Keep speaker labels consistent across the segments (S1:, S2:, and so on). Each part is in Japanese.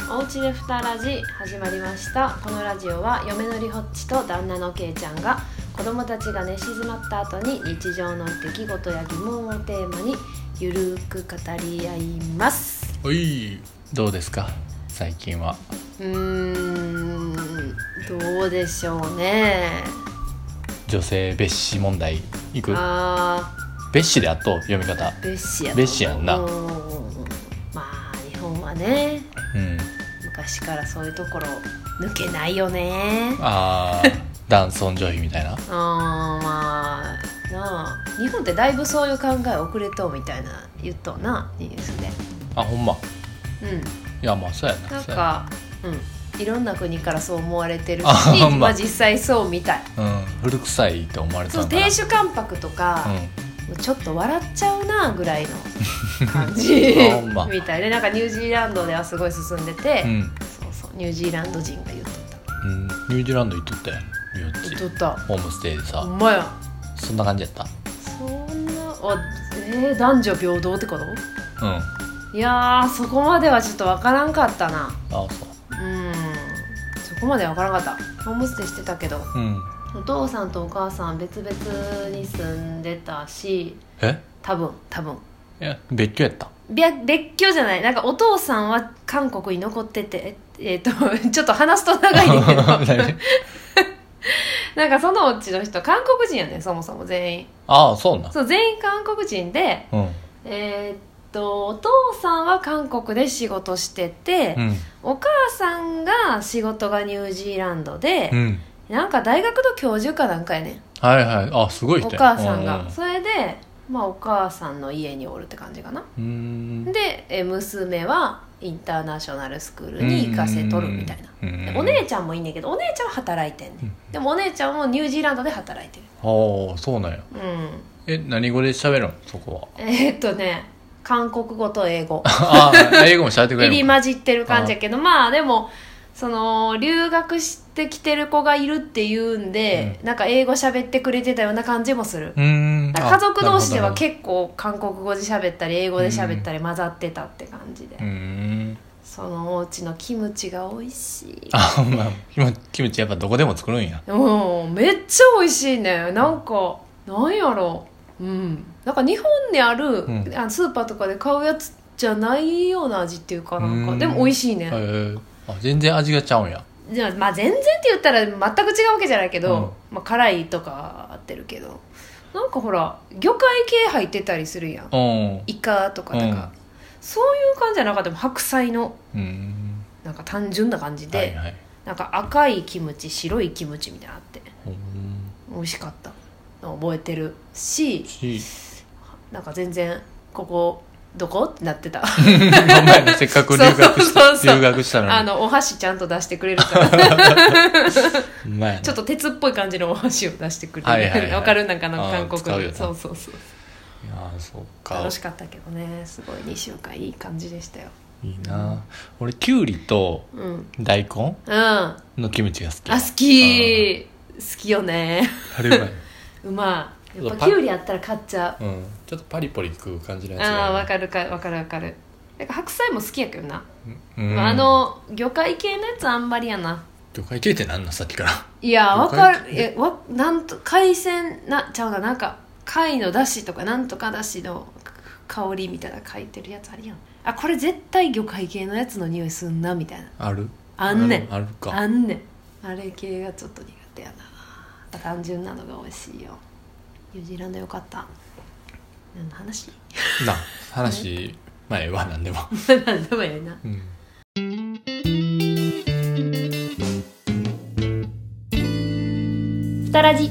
S1: おうちでふたラジ始まりました。このラジオは嫁のりほっちと旦那のけいちゃんが子供たちが寝静まった後に日常の出来事や疑問をテーマにゆるく語り合います。
S2: おい、どうですか最近は。
S1: どうでしょうね。
S2: 女性蔑視問題いく？
S1: 蔑
S2: 視であっと読み方
S1: 蔑視や
S2: んな。
S1: まあ日本はね、昔からそういうところ抜けないよね。
S2: 男尊女卑みたいな。
S1: まあなあ、日本ってだいぶそういう考え遅れとうみたいな言っとうなニュースで。
S2: ほんま。いやまあそうやな。
S1: なんかいろんな国からそう思われてるし、実際そうみたい。
S2: 古臭いと思われたのかな。
S1: 亭主関白とか、ちょっと笑っちゃうなぐらいの感じみたいで、なんかニュージーランドではすごい進んでて、そうニュージーランド人が言っとった。
S2: ニュージーランド行っとったよ。
S1: 言っとった。
S2: ホームステイでさ。
S1: ほんまや。
S2: そんな感じやった？
S1: そんな男女平等ってこと？いやー、そこまではちょっと分からんかったな。
S2: そう。
S1: そこまでは分からんかった。ホームステイしてたけど、お父さんとお母さん別々に住んでたし、多分
S2: いや別居やった。
S1: 別居じゃない。なんかお父さんは韓国に残ってて、ちょっと話すと長いねんけどなんかそのうちの人韓国人やねん、そもそも全員。
S2: そうなん。
S1: そう、全員韓国人で、お父さんは韓国で仕事してて、お母さんが仕事がニュージーランドで、なんか大学の教授かなんかやねん。
S2: すごい人や。
S1: お母さんが、それでお母さんの家におるって感じかな。で娘はインターナショナルスクールに行かせとるみたいな。お姉ちゃんもいいねんけど、お姉ちゃんは働いてんねん。でもお姉ちゃんもニュージーランドで働いてる。
S2: そうなんや。何語で喋るのそこは？
S1: 韓国語と英語
S2: 英語も喋ってくれるの？
S1: 入り混じってる感じやけど、でもその留学してきてる子がいるっていうんで、なんか英語喋ってくれてたような感じもする。家族同士では結構韓国語で喋ったり英語で喋ったり混ざってたって感じで、そのお家のキムチが美味しい。
S2: キムチやっぱどこでも作るんや。
S1: めっちゃ美味しいね。なんやろう、なんか日本にある、スーパーとかで買うやつじゃないような味っていうかなんか、でも美味しいね。
S2: 全然味がちゃうんや。
S1: じゃあ全然って言ったら全く違うわけじゃないけど、辛いとか合ってるけど、なんかほら魚介系入ってたりするやん。イカとかそういう感じじゃなかったも白菜のなんか単純な感じで、なんか赤いキムチ白いキムチみたいなのあって美味しかったの覚えてるし、なんか全然ここどこってなってた
S2: せっかく留学したのに
S1: お箸ちゃんと出してくれるからちょっと鉄っぽい感じのお箸を出してくれる。わかる？なんかの韓国の。そうそうか。楽しかったけどね。すごい2週間いい感じでしたよ。
S2: いいな。俺キュウリと大根のキムチが好き。
S1: 好きよね。
S2: あれうまい。
S1: うまい。やっぱキュウリあったら買っちゃう。
S2: ちょっとパリポリ食う感じのやつが。
S1: わかる。なんか白菜も好きやけどな。魚介系のやつあんまりやな。
S2: 魚介系って何のさっきから。
S1: いやわかる。海鮮ちゃうな、なんか貝のだしとかなんとかだしの香りみたいな書いてるやつあるやん。これ絶対魚介系のやつの匂いすんなみたいな。
S2: ある？
S1: あんねん。
S2: あるか。
S1: あんねん。あれ系がちょっと苦手やな。単純なのが美味しいよ。ニュージーランドよかった。何の話？
S2: 話前は何でも
S1: 何でもええな。ふたらじ。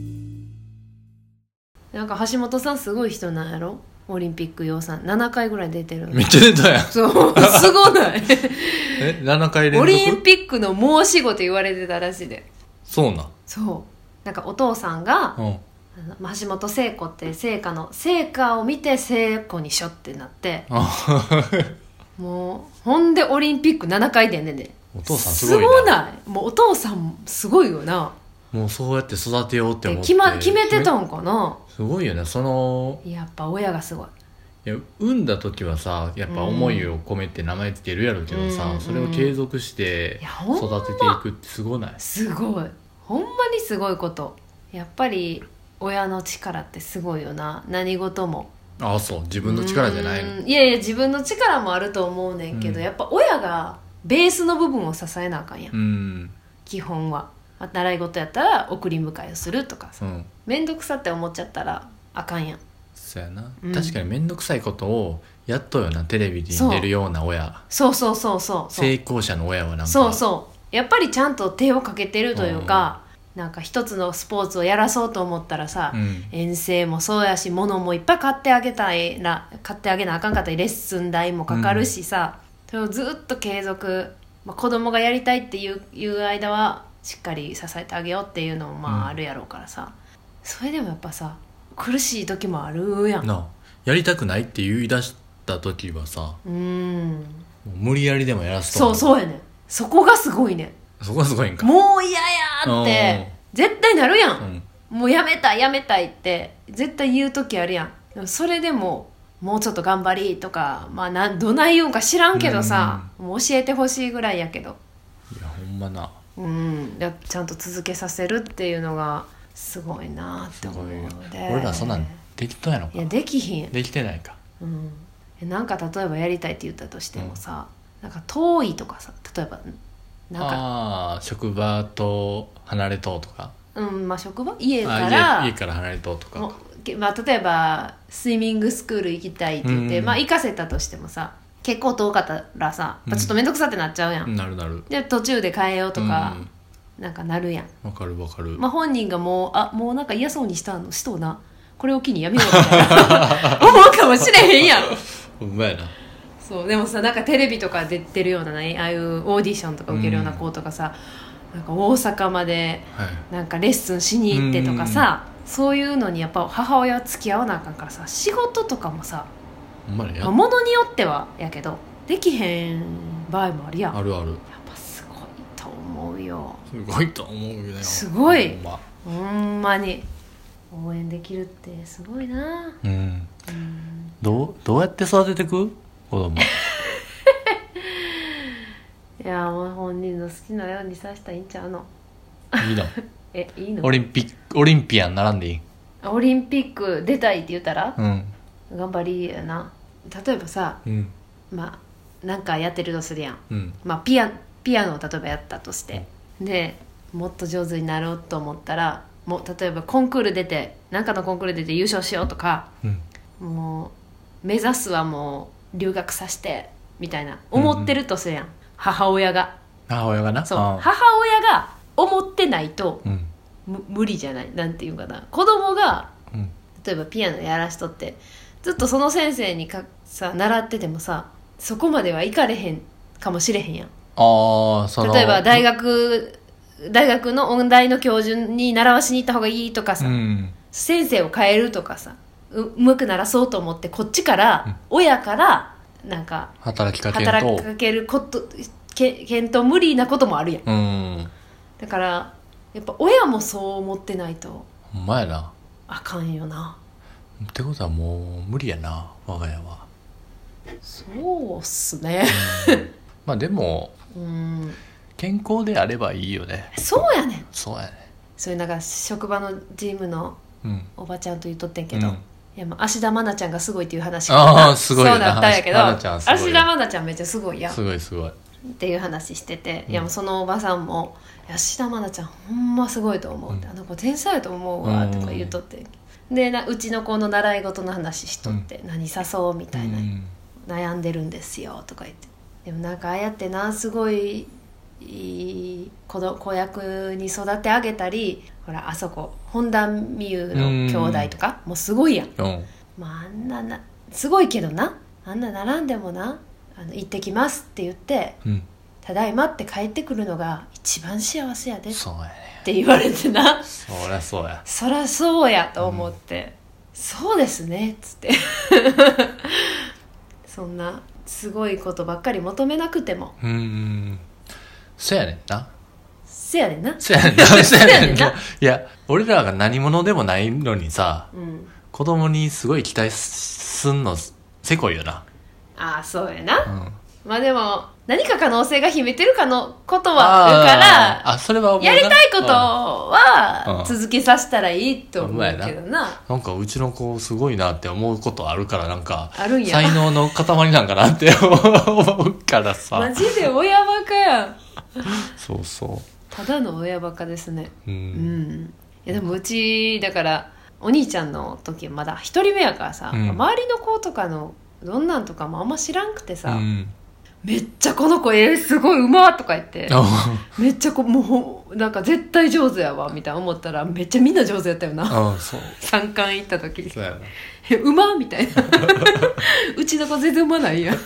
S1: なんか橋本さんすごい人なんやろ。オリンピック予算7回ぐらい出てる。
S2: めっちゃ出たやん。
S1: そうすごない
S2: 7回連続。
S1: オリンピックの申し子って言われてたらしいで。
S2: そうなん。
S1: なんかお父さんが、橋本聖子って聖火を見て聖子にしょってなってもうほんでオリンピック7回出んねんで。
S2: お父さんすごいな。
S1: すごない？もうお父さんすごいよな。
S2: もうそうやって育てようって思って
S1: 決めてたんかな。
S2: すごいよね。
S1: やっぱ親がすごい。
S2: いや産んだ時はさやっぱ思いを込めて名前つけるやろうけどさ、それを継続して育てていくってすごない？
S1: すごい、ほんまにすごいこと。やっぱり親の力ってすごいよな、何事も。
S2: ああ、そう、自分の力じゃないの？
S1: いやいや、自分の力もあると思うねんけど、やっぱ親がベースの部分を支えなあかんやん、基本は。習い事やったら送り迎えをするとかさ、面倒くさって思っちゃったらあかんやん。
S2: そうやな、確かに面倒くさいことをやっとよな、テレビに出るような親。
S1: そうそうそうそう、
S2: 成功者の親はなんか
S1: そうそう、やっぱりちゃんと手をかけてるというか、なんか一つのスポーツをやらそうと思ったらさ、遠征もそうやし物もいっぱい買ってあげなあかんかったり、レッスン代もかかるしさ、それをずっと継続、子供がやりたいっていう間はしっかり支えてあげようっていうのもあるやろうからさ、それでもやっぱさ苦しい時もあるやん
S2: な。やりたくないって言い出した時はさ、もう無理やりでもやらすと。
S1: そうやねん、そこがすごいねん。
S2: そこがすごいんか。
S1: もう嫌やって絶対なるやん、もうやめたいって絶対言う時あるやん。でもそれでももうちょっと頑張りとか、どない言うんか知らんけどさ、もう教えてほしいぐらいやけど。
S2: いやほんまな、
S1: ちゃんと続けさせるっていうのがすごいなって思うので。
S2: 俺らそんなんできとんやろか。
S1: いやできひん、
S2: できてないか。
S1: なんか例えばやりたいって言ったとしてもさ、なんか遠いとかさ、例えばなんか
S2: 職場と離れとうとか、
S1: 職場家から
S2: 家から離れとうとか、
S1: 例えばスイミングスクール行きたいって言って、行かせたとしてもさ、結構遠かったらさ、ちょっと面倒くさってなっちゃうやん、
S2: なる
S1: で途中で変えようとか、なんかなるやん。
S2: わかる、
S1: 本人がもうなんか嫌そうにしとうな、これを機にやめようみたいな思うかもしれへんやん。
S2: ほんまやな。
S1: そうでもさ、なんかテレビとか出てるようなね、ああいうオーディションとか受けるような子とかさ、なんか大阪までなんかレッスンしに行ってとかさ、そういうのにやっぱ母親は付き合わなあかんからさ、仕事とかもさ、ものによってはやけどできへん場合もあるやん。
S2: ある。
S1: やっぱすごいと思うよ。
S2: すごいと思うよね。
S1: すごい、ほんまに応援できるってすごいな。
S2: どうやって育ててく子供
S1: いやもう本人の好きなようにさしたらいいんちゃうの。
S2: いいの
S1: いいの。
S2: オリンピアン並んでいい？
S1: オリンピック出たいって言ったら、頑張りやな。例えばさ、なんかやってるとするやん、ピアノを例えばやったとして、でもっと上手になろうと思ったら、もう例えばコンクール出て、なんかのコンクール出て優勝しようとか、もう目指すはもう留学させてみたいな思ってるとするやん、母親がな。そう、母親が思ってないと、無理じゃない。なんていうかな、子供が、例えばピアノやらしとってずっとその先生に習っててもさ、そこまではいかれへんかもしれへんやん。例えば大学の音大の教授に習わしに行った方がいいとかさ、先生を変えるとかさ、うまくならそうと思ってこっちから、親からなんか
S2: 働きかける
S1: こと検討無理なこともあるやん、だからやっぱ親もそう思ってないと
S2: ほんまやな、
S1: あかんよな。
S2: ってことはもう無理やな、我が家は。
S1: そうっすね、
S2: でも、健康であればいいよね。
S1: そうやねん。
S2: それ
S1: なんか職場のジムのおばちゃんと言っとってんけど、いやもう芦田愛菜ちゃんがすごいっていう話が
S2: すごいな、
S1: そうだったんやけど、芦田愛
S2: 菜
S1: ちゃんめっちゃすごいやん、
S2: すごい
S1: っていう話してて、いやもうそのおばさんも芦田愛菜ちゃんほんますごいと思うって、あの子天才やと思うわとか言っとって、でうちの子の習い事の話しとって、何さそうみたいな、悩んでるんですよとか言って、でもなんかああやってな、すごい子役に育て上げたり、ほらあそこ本田望結の兄弟とかもうすごいやん、あんなすごいけどな、あんな並んでもな、行ってきますって言って、ただいまって帰ってくるのが一番幸せやでって言われてな、
S2: そりゃ
S1: そうやと思って、そうですねっつってそんなすごいことばっかり求めなくても、
S2: そうやねんな。
S1: せやねんな。
S2: いや、俺らが何者でもないのにさ、子供にすごい期待すんのせこいよな。
S1: ああそうやな、
S2: うん、
S1: まあでも何か可能性が秘めてるかのことはあるから
S2: それは
S1: やりたいことは続けさせたらいいと思うけどな、
S2: なんかうちの子すごいなって思うことあるから、なんか
S1: あるんや
S2: 才能の塊なんかなって思うからさ。
S1: マジで親バカやん
S2: そうそう、
S1: ただの親バカですね。
S2: うん、
S1: いやでもうちだからお兄ちゃんの時まだ一人目やからさ、周りの子とかのどんなんとかもあんま知らんくてさ、めっちゃこの子すごいうまーとか言ってめっちゃもうなんか絶対上手やわみたいな思ったらめっちゃみんな上手やったよな。
S2: そう
S1: 3冠行った時
S2: そうやな
S1: うまみたいなうちの子全然うまないやん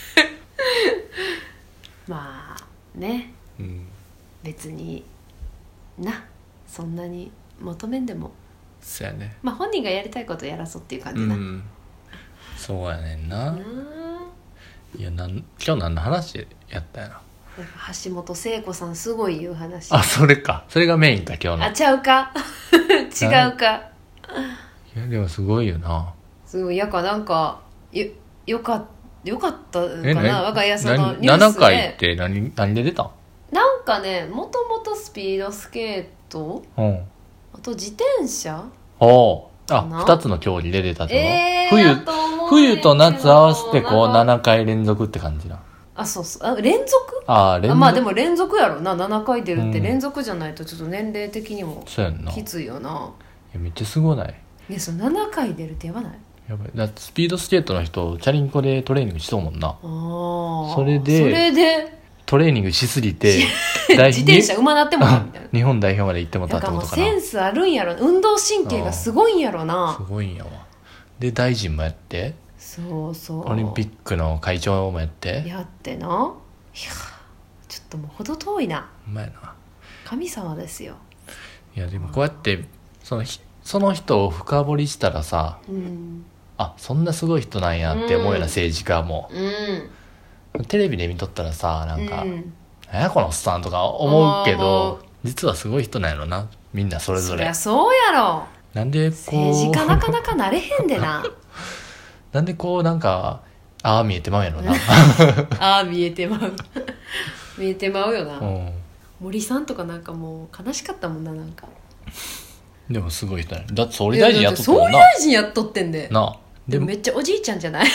S1: まあね、別になそんなに求めんでも
S2: そうやね、
S1: まあ本人がやりたいことやらそうっていう感じな、
S2: そうやねんな。いや今日何の話やったやな。
S1: 橋本聖子さんすごい言う話。
S2: それか、それがメインか今日の。
S1: ちゃうか違うか。
S2: いやでもすごいよな。
S1: すごいやかなんかよかったかな。我が家そのニュースで
S2: 7回って何で出たん？
S1: なんかね、もともとスピードスケート、あと自転車
S2: 2つの競技で出たってこと？冬と夏合わせてこう7回連続って感じな。
S1: そうそう連続？まあでも連続やろな。7回出るって連続じゃないとちょっと年齢的にもきついよな。
S2: めっちゃすごない？
S1: その7回出るってやばない？
S2: やばい。だってスピードスケートの人チャリンコでトレーニングしそうもんな。それでトレーニングしすぎて
S1: 自転車馬なってもらうみたいな
S2: 日本代表まで行ってもらったってことかな。
S1: センスあるんやろ。運動神経がすごいんやろな。
S2: すごいんやわ。で大臣もやって、
S1: そうそう
S2: オリンピックの会長もやって
S1: な。いやちょっともう程遠いな。
S2: うまいな。
S1: 神様ですよ。
S2: いやでもこうやってその人を深掘りしたらさ、そんなすごい人なんやって思うような政治家も、テレビで見とったらさなんか、何やこのおっさんとか思うけど実はすごい人なんやろな、みんなそれぞれ。
S1: そりゃそうやろ。
S2: なんでこう
S1: 政治家なかなかなれへんでな
S2: なんでこうなんか見えてまうやろな
S1: 見えてまう見えてまうよな、森さんとかなんかもう悲しかったもんな。なんか
S2: でもすごい人ね。だって総理大臣やっとったもんな。
S1: 総理大臣やっとってんで
S2: な。
S1: でもめっちゃおじいちゃんじゃない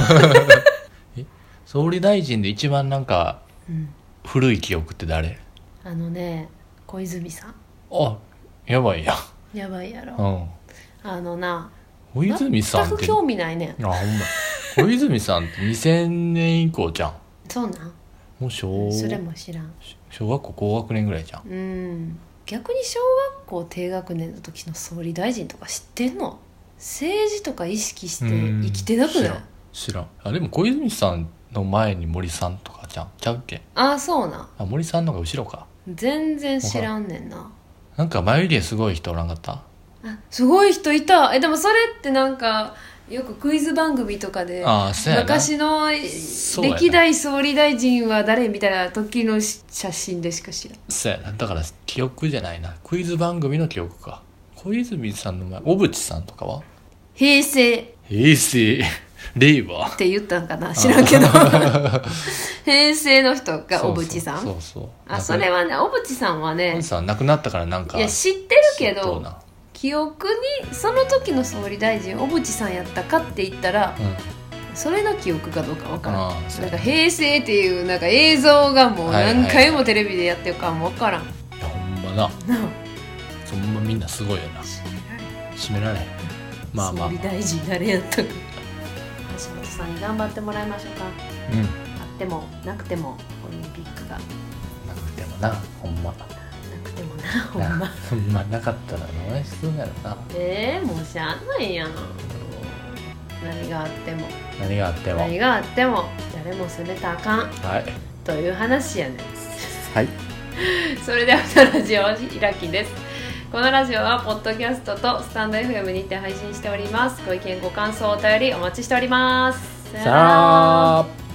S2: 総理大臣で一番なんか、古い記憶って誰？
S1: 小泉さん。
S2: やばいや。
S1: やばいやろ。
S2: 小泉さんって
S1: 全く興味ないねん。
S2: ほんま小泉さんって2000年以降じゃん。
S1: そうなん？
S2: もう
S1: それも知らん。
S2: 小学校高学年ぐらいじゃん。
S1: 逆に小学校低学年の時の総理大臣とか知ってんの？政治とか意識して生きてなくない？
S2: 知らん。でも小泉さんの前に森さんとかちゃうっけ？
S1: そうなん。
S2: 森さんの方が後ろか。
S1: 全然知らんねんな。
S2: なんか眉毛すごい人おらんかった？
S1: すごい人いた。でもそれってなんかよくクイズ番組とかで昔の歴代総理大臣は誰みたいな時の写真でしか知らん。
S2: そうやな。だから記憶じゃないな、クイズ番組の記憶か。小泉さんの前小渕さんとかは
S1: 平成
S2: 令和
S1: って言ったんかな知らんけど平成の人が小渕さん。そうそれはね、小渕さんはね、
S2: 小渕さん亡くなったからなんか
S1: いや知ってるけど記憶にその時の総理大臣小渕さんやったかって言ったら、それの記憶かどうか分からん。なんか平成っていうなんか映像がもう何回もテレビでやってるかも分からん。
S2: いやほんまなほんまみんなすごいよな。締められへん。
S1: 総理大臣誰やったか。橋本さんに頑張ってもらいましょうか。あってもなくてもオリンピックがな
S2: くてもな、ほんま
S1: ほんま
S2: なかったらどないするんやろな。
S1: もうしゃあないやん。何があっても誰もすれたらあかん、という話やねん。それではラジオ開きです。このラジオはポッドキャストとスタンド FM にて配信しております。ご意見ご感想お便りお待ちしております。
S2: さよなら。